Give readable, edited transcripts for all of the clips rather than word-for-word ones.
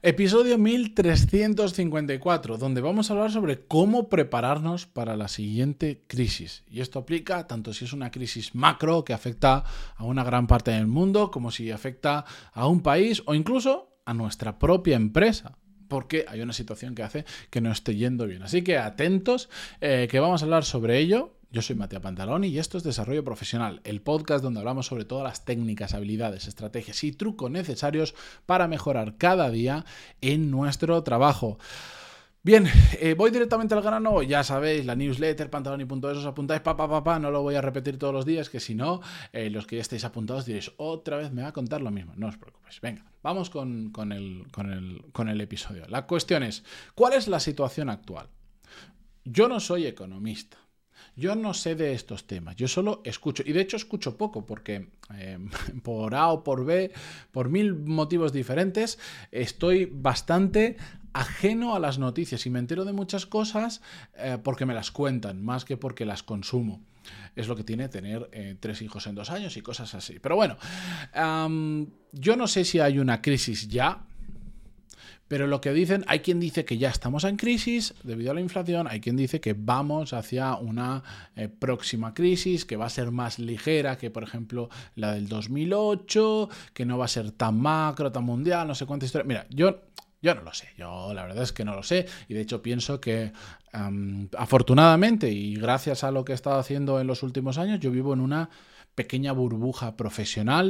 Episodio 1354, donde vamos a hablar sobre cómo prepararnos para la siguiente crisis. Y esto aplica tanto si es una crisis macro que afecta a una gran parte del mundo, como si afecta a un país o incluso a nuestra propia empresa, porque hay una situación que hace que no esté yendo bien. Así que atentos, que vamos a hablar sobre ello. Yo soy Matías Pantaloni y esto es Desarrollo Profesional, el podcast donde hablamos sobre todas las técnicas, habilidades, estrategias y trucos necesarios para mejorar cada día en nuestro trabajo. Bien, voy directamente al grano. Ya sabéis, la newsletter pantaloni.es, os apuntáis, no lo voy a repetir todos los días, que si no, los que ya estáis apuntados diréis, otra vez me va a contar lo mismo. No os preocupéis. Venga, vamos con el episodio. La cuestión es, ¿cuál es la situación actual? Yo no soy economista. Yo no sé de estos temas, yo solo escucho, y de hecho escucho poco porque por A o por B, por mil motivos diferentes, estoy bastante ajeno a las noticias y me entero de muchas cosas porque me las cuentan, más que porque las consumo. Es lo que tiene tener 3 hijos en 2 años y cosas así. Pero bueno, yo no sé si hay una crisis ya. Pero lo que dicen, hay quien dice que ya estamos en crisis debido a la inflación, hay quien dice que vamos hacia una próxima crisis que va a ser más ligera que, por ejemplo, la del 2008, que no va a ser tan macro, tan mundial, no sé cuánta historia. Mira, yo no lo sé, yo la verdad es que no lo sé y de hecho pienso que afortunadamente y gracias a lo que he estado haciendo en los últimos años, yo vivo en una pequeña burbuja profesional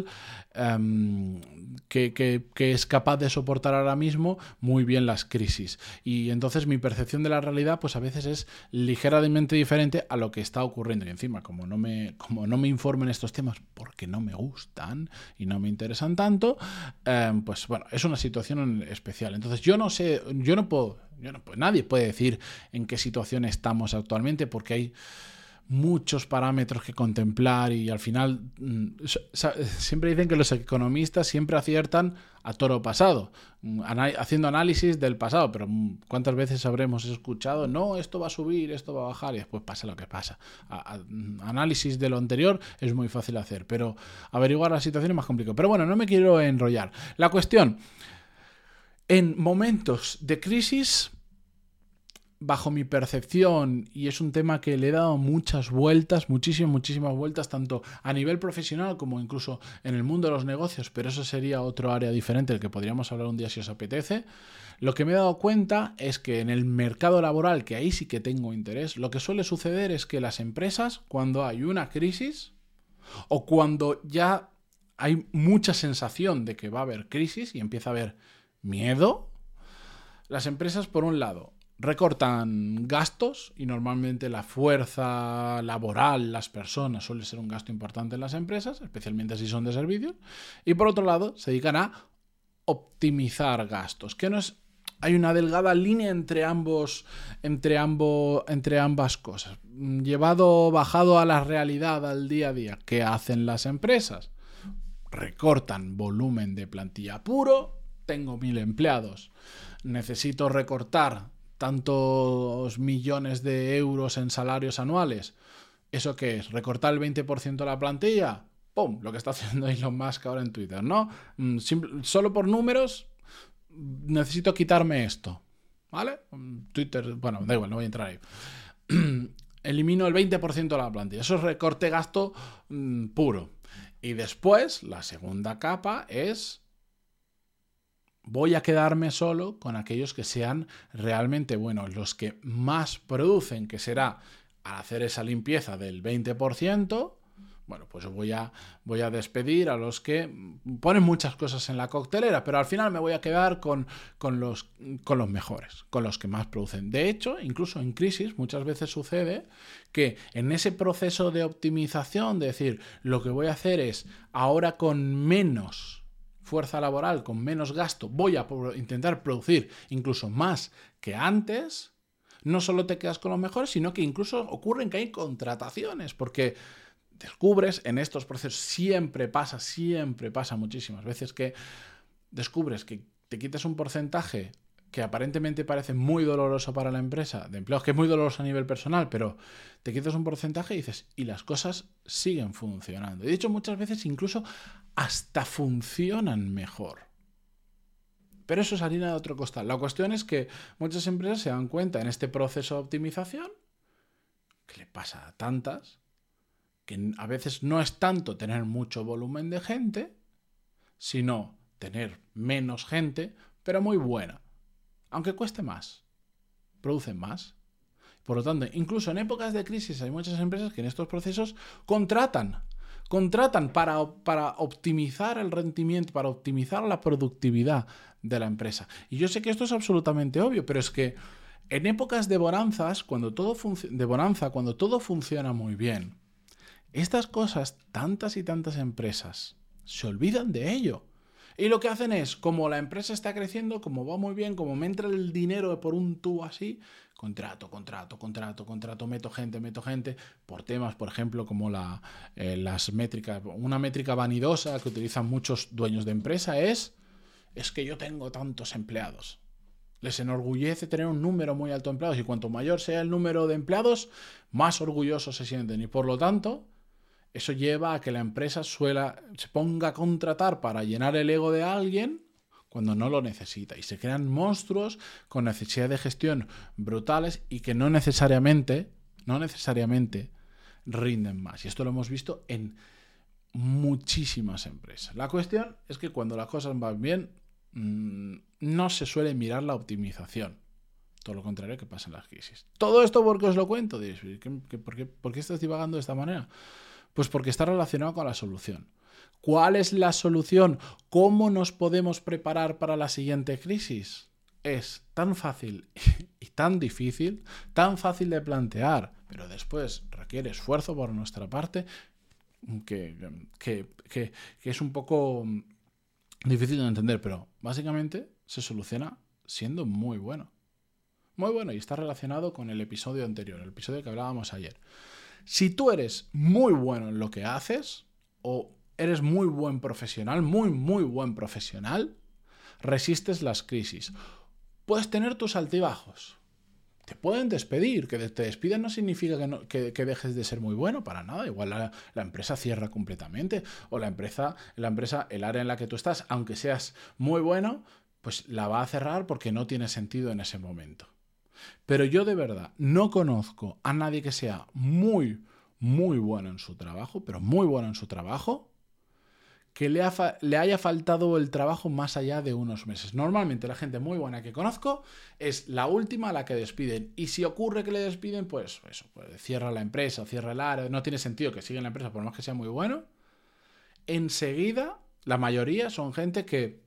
que es capaz de soportar ahora mismo muy bien las crisis. Y entonces mi percepción de la realidad pues a veces es ligeramente diferente a lo que está ocurriendo. Y encima, como no me informo en estos temas porque no me gustan y no me interesan tanto, pues bueno, es una situación especial. Entonces yo no sé, nadie puede decir en qué situación estamos actualmente porque hay muchos parámetros que contemplar y al final siempre dicen que los economistas siempre aciertan a toro pasado, haciendo análisis del pasado, pero ¿cuántas veces habremos escuchado no, esto va a subir, esto va a bajar y después pasa lo que pasa? Análisis de lo anterior es muy fácil hacer, pero averiguar la situación es más complicado. Pero bueno, no me quiero enrollar. La cuestión, en momentos de crisis, bajo mi percepción, y es un tema que le he dado muchas vueltas, muchísimas vueltas, tanto a nivel profesional como incluso en el mundo de los negocios, pero eso sería otro área diferente del que podríamos hablar un día si os apetece. Lo que me he dado cuenta es que en el mercado laboral, que ahí sí que tengo interés, lo que suele suceder es que las empresas, cuando hay una crisis o cuando ya hay mucha sensación de que va a haber crisis y empieza a haber miedo, las empresas, por un lado, recortan gastos y normalmente la fuerza laboral, las personas, suele ser un gasto importante en las empresas, especialmente si son de servicios. Y por otro lado, se dedican a optimizar gastos, que no es... Hay una delgada línea entre ambas cosas. Bajado a la realidad, al día a día, ¿qué hacen las empresas? Recortan volumen de plantilla puro, tengo 1000 empleados, necesito recortar tantos millones de euros en salarios anuales. ¿Eso qué es? ¿Recortar el 20% de la plantilla? ¡Pum! Lo que está haciendo Elon Musk ahora en Twitter, ¿no? Solo por números necesito quitarme esto, ¿vale? Twitter, bueno, da igual, no voy a entrar ahí. Elimino el 20% de la plantilla. Eso es recorte gasto puro. Y después, la segunda capa es... voy a quedarme solo con aquellos que sean realmente buenos, los que más producen, que será al hacer esa limpieza del 20%, bueno, pues voy a despedir a los que ponen muchas cosas en la coctelera, pero al final me voy a quedar con los mejores, con los que más producen. De hecho, incluso en crisis muchas veces sucede que en ese proceso de optimización, de decir, lo que voy a hacer es ahora con menos fuerza laboral, con menos gasto, voy a intentar producir incluso más que antes, no solo te quedas con los mejores, sino que incluso ocurren que hay contrataciones, porque descubres en estos procesos, siempre pasa muchísimas veces que descubres que te quitas un porcentaje que aparentemente parece muy doloroso para la empresa, de empleados, que es muy doloroso a nivel personal, pero te quitas un porcentaje y dices, y las cosas siguen funcionando. Y de hecho, muchas veces incluso hasta funcionan mejor. Pero eso es harina de otro costal. La cuestión es que muchas empresas se dan cuenta en este proceso de optimización, que le pasa a tantas, que a veces no es tanto tener mucho volumen de gente, sino tener menos gente, pero muy buena. Aunque cueste más, producen más. Por lo tanto, incluso en épocas de crisis hay muchas empresas que en estos procesos contratan para optimizar el rendimiento, para optimizar la productividad de la empresa. Y yo sé que esto es absolutamente obvio, pero es que en épocas de bonanzas, cuando todo funciona muy bien, estas cosas, tantas y tantas empresas se olvidan de ello. Y lo que hacen es, como la empresa está creciendo, como va muy bien, como me entra el dinero por un tubo así, contrato, meto gente, por temas, por ejemplo, como las métricas. Una métrica vanidosa que utilizan muchos dueños de empresa es que yo tengo tantos empleados. Les enorgullece tener un número muy alto de empleados y cuanto mayor sea el número de empleados, más orgullosos se sienten. Y por lo tanto, eso lleva a que la empresa se ponga a contratar para llenar el ego de alguien cuando no lo necesita. Y se crean monstruos con necesidad de gestión brutales y que no necesariamente rinden más. Y esto lo hemos visto en muchísimas empresas. La cuestión es que cuando las cosas van bien, no se suele mirar la optimización. Todo lo contrario que pasa en las crisis. ¿Todo esto por qué os lo cuento? Diréis, ¿por qué estás divagando de esta manera? Pues porque está relacionado con la solución. ¿Cuál es la solución? ¿Cómo nos podemos preparar para la siguiente crisis? Es tan fácil y tan difícil, tan fácil de plantear, pero después requiere esfuerzo por nuestra parte, que es un poco difícil de entender, pero básicamente se soluciona siendo muy bueno. Muy bueno, y está relacionado con el episodio anterior, el episodio que hablábamos ayer. Si tú eres muy bueno en lo que haces, o eres muy buen profesional, muy buen profesional, resistes las crisis. Puedes tener tus altibajos. Te pueden despedir. Que te despidan no significa que dejes de ser muy bueno, para nada. Igual la empresa cierra completamente, o la empresa, el área en la que tú estás, aunque seas muy bueno, pues la va a cerrar porque no tiene sentido en ese momento. Pero yo de verdad no conozco a nadie que sea muy bueno en su trabajo, pero muy bueno en su trabajo, que le haya faltado el trabajo más allá de unos meses. Normalmente la gente muy buena que conozco es la última a la que despiden. Y si ocurre que le despiden, pues eso, pues cierra la empresa, cierra el área, no tiene sentido que siga en la empresa por más que sea muy bueno. Enseguida, la mayoría son gente que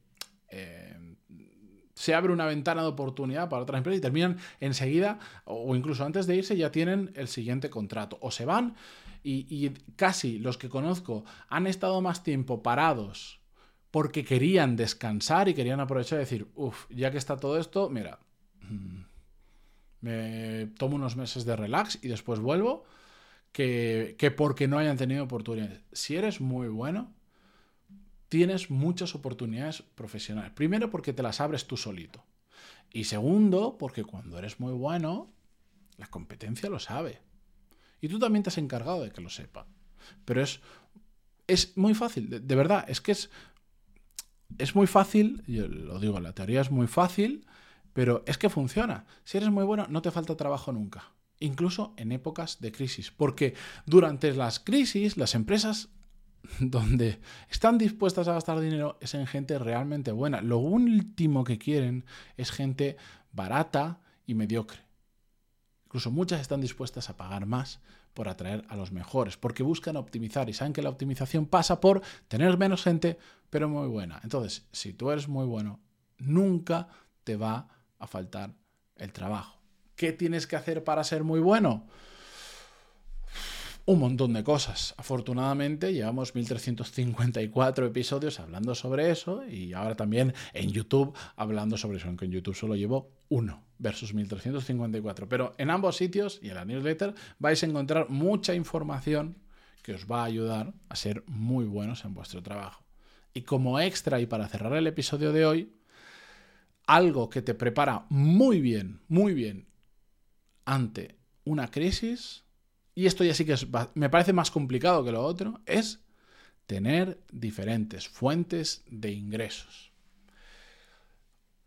se abre una ventana de oportunidad para otras empresas y terminan enseguida, o incluso antes de irse, ya tienen el siguiente contrato. O se van y casi los que conozco han estado más tiempo parados porque querían descansar y querían aprovechar y decir, ya que está todo esto, mira, me tomo unos meses de relax y después vuelvo, que porque no hayan tenido oportunidades. Si eres muy bueno, tienes muchas oportunidades profesionales. Primero, porque te las abres tú solito. Y segundo, porque cuando eres muy bueno, la competencia lo sabe. Y tú también te has encargado de que lo sepa. Pero es muy fácil. De verdad, es que es muy fácil. Yo lo digo, la teoría es muy fácil, pero es que funciona. Si eres muy bueno, no te falta trabajo nunca. Incluso en épocas de crisis. Porque durante las crisis, las empresas donde están dispuestas a gastar dinero es en gente realmente buena. Lo último que quieren es gente barata y mediocre. Incluso muchas están dispuestas a pagar más por atraer a los mejores, porque buscan optimizar y saben que la optimización pasa por tener menos gente, pero muy buena. Entonces, si tú eres muy bueno, nunca te va a faltar el trabajo. ¿Qué tienes que hacer para ser muy bueno? Un montón de cosas. Afortunadamente llevamos 1354 episodios hablando sobre eso y ahora también en YouTube hablando sobre eso, aunque en YouTube solo llevo 1 versus 1354. Pero en ambos sitios y en la newsletter vais a encontrar mucha información que os va a ayudar a ser muy buenos en vuestro trabajo. Y como extra y para cerrar el episodio de hoy, algo que te prepara muy bien ante una crisis, y esto ya sí que me parece más complicado que lo otro, es tener diferentes fuentes de ingresos.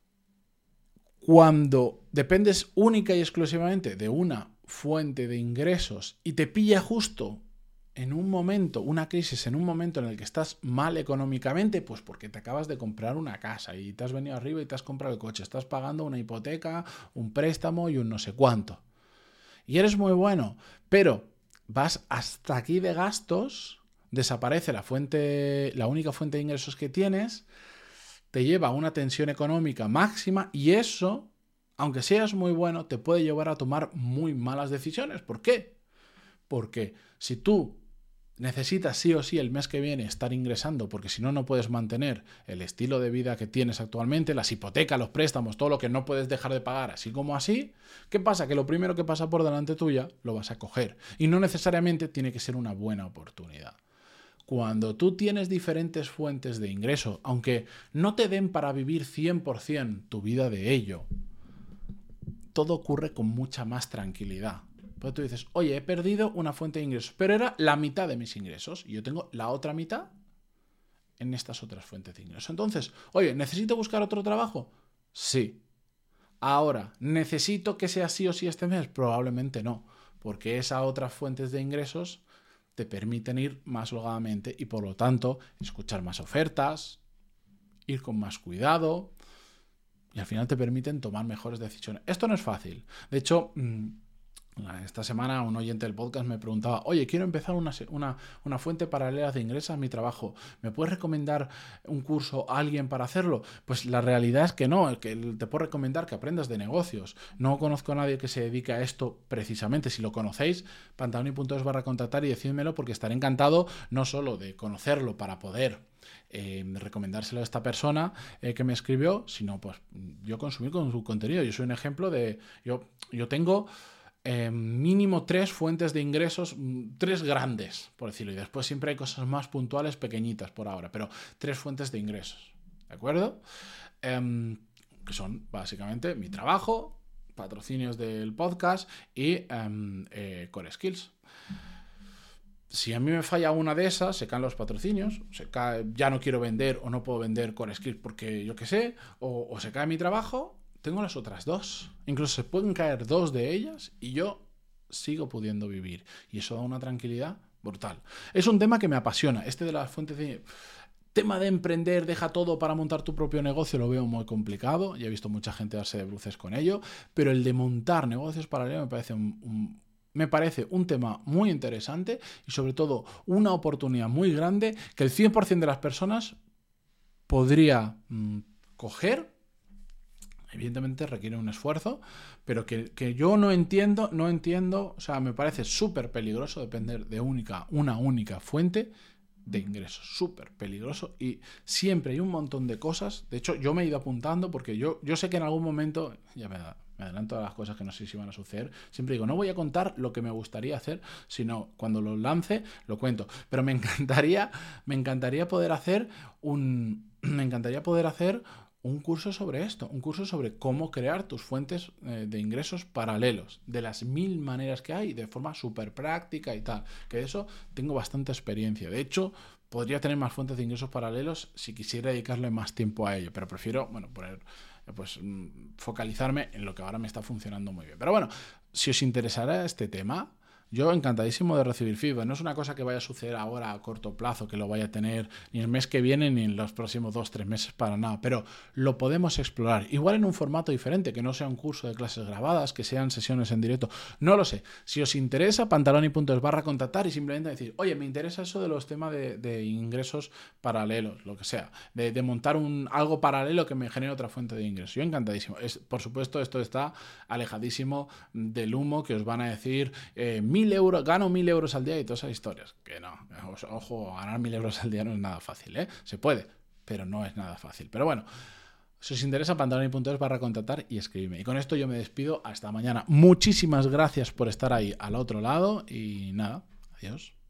Cuando dependes única y exclusivamente de una fuente de ingresos y te pilla justo en un momento, una crisis, en un momento en el que estás mal económicamente, pues porque te acabas de comprar una casa y te has venido arriba y te has comprado el coche, estás pagando una hipoteca, un préstamo y un no sé cuánto. Y eres muy bueno, pero vas hasta aquí de gastos, desaparece la única fuente de ingresos que tienes, te lleva a una tensión económica máxima y eso, aunque seas muy bueno, te puede llevar a tomar muy malas decisiones. ¿Por qué? Porque si tú necesitas sí o sí el mes que viene estar ingresando, porque si no, no puedes mantener el estilo de vida que tienes actualmente, las hipotecas, los préstamos, todo lo que no puedes dejar de pagar así como así, ¿qué pasa? Que lo primero que pasa por delante tuya lo vas a coger. Y no necesariamente tiene que ser una buena oportunidad. Cuando tú tienes diferentes fuentes de ingreso, aunque no te den para vivir 100% tu vida de ello, todo ocurre con mucha más tranquilidad. Porque tú dices, oye, he perdido una fuente de ingresos, pero era la mitad de mis ingresos y yo tengo la otra mitad en estas otras fuentes de ingresos. Entonces, oye, ¿necesito buscar otro trabajo? Sí. Ahora, ¿necesito que sea sí o sí este mes? Probablemente no, porque esas otras fuentes de ingresos te permiten ir más holgadamente y por lo tanto escuchar más ofertas, ir con más cuidado y al final te permiten tomar mejores decisiones. Esto no es fácil. De hecho, esta semana un oyente del podcast me preguntaba, oye, quiero empezar una fuente paralela de ingresos a mi trabajo. ¿Me puedes recomendar un curso a alguien para hacerlo? Pues la realidad es que no, que te puedo recomendar que aprendas de negocios. No conozco a nadie que se dedique a esto precisamente. Si lo conocéis, pantaloni.es/contactar y decídmelo porque estaré encantado no solo de conocerlo para poder recomendárselo a esta persona que me escribió, sino pues yo consumir con su contenido. Yo soy un ejemplo de... Yo tengo... mínimo 3 fuentes de ingresos, 3 grandes, por decirlo, y después siempre hay cosas más puntuales, pequeñitas por ahora, pero 3 fuentes de ingresos, ¿de acuerdo? Que son básicamente mi trabajo, patrocinios del podcast y Core Skills. Si a mí me falla una de esas, se caen los patrocinios, ya no quiero vender o no puedo vender Core Skills porque yo qué sé, o se cae mi trabajo, tengo las otras 2. Incluso se pueden caer 2 de ellas y yo sigo pudiendo vivir. Y eso da una tranquilidad brutal. Es un tema que me apasiona. Este de las fuentes de... Tema de emprender, deja todo para montar tu propio negocio, lo veo muy complicado. Ya he visto mucha gente darse de bruces con ello. Pero el de montar negocios paralelos me parece un tema muy interesante y sobre todo una oportunidad muy grande que el 100% de las personas podría coger. Evidentemente requiere un esfuerzo, pero que yo no entiendo, o sea, me parece súper peligroso depender de una única fuente de ingresos, súper peligroso y siempre hay un montón de cosas. De hecho, yo me he ido apuntando porque yo sé que en algún momento, ya me adelanto a las cosas que no sé si van a suceder, siempre digo, no voy a contar lo que me gustaría hacer, sino cuando lo lance, lo cuento. Pero me encantaría poder hacer un curso sobre esto, un curso sobre cómo crear tus fuentes de ingresos paralelos, de las 1000 maneras que hay, de forma súper práctica y tal, que de eso tengo bastante experiencia. De hecho, podría tener más fuentes de ingresos paralelos si quisiera dedicarle más tiempo a ello, pero prefiero, focalizarme en lo que ahora me está funcionando muy bien. Pero bueno, si os interesará este tema, yo encantadísimo de recibir feedback. No es una cosa que vaya a suceder ahora a corto plazo, que lo vaya a tener ni el mes que viene ni en los próximos 2-3 meses para nada, pero lo podemos explorar. Igual en un formato diferente, que no sea un curso de clases grabadas, que sean sesiones en directo. No lo sé. Si os interesa, pantaloni.es/contactar y simplemente decir, oye, me interesa eso de los temas de ingresos paralelos, lo que sea, de montar algo paralelo que me genere otra fuente de ingresos. Yo encantadísimo. Por supuesto, esto está alejadísimo del humo que os van a decir 1000 euros, gano 1000 euros al día y todas esas historias. Que no, ojo, ganar 1000 euros al día no es nada fácil, ¿eh? Se puede, pero no es nada fácil. Pero bueno, si os interesa, pantaloni.es/contactar y escribirme. Y con esto yo me despido hasta mañana. Muchísimas gracias por estar ahí al otro lado y nada, adiós.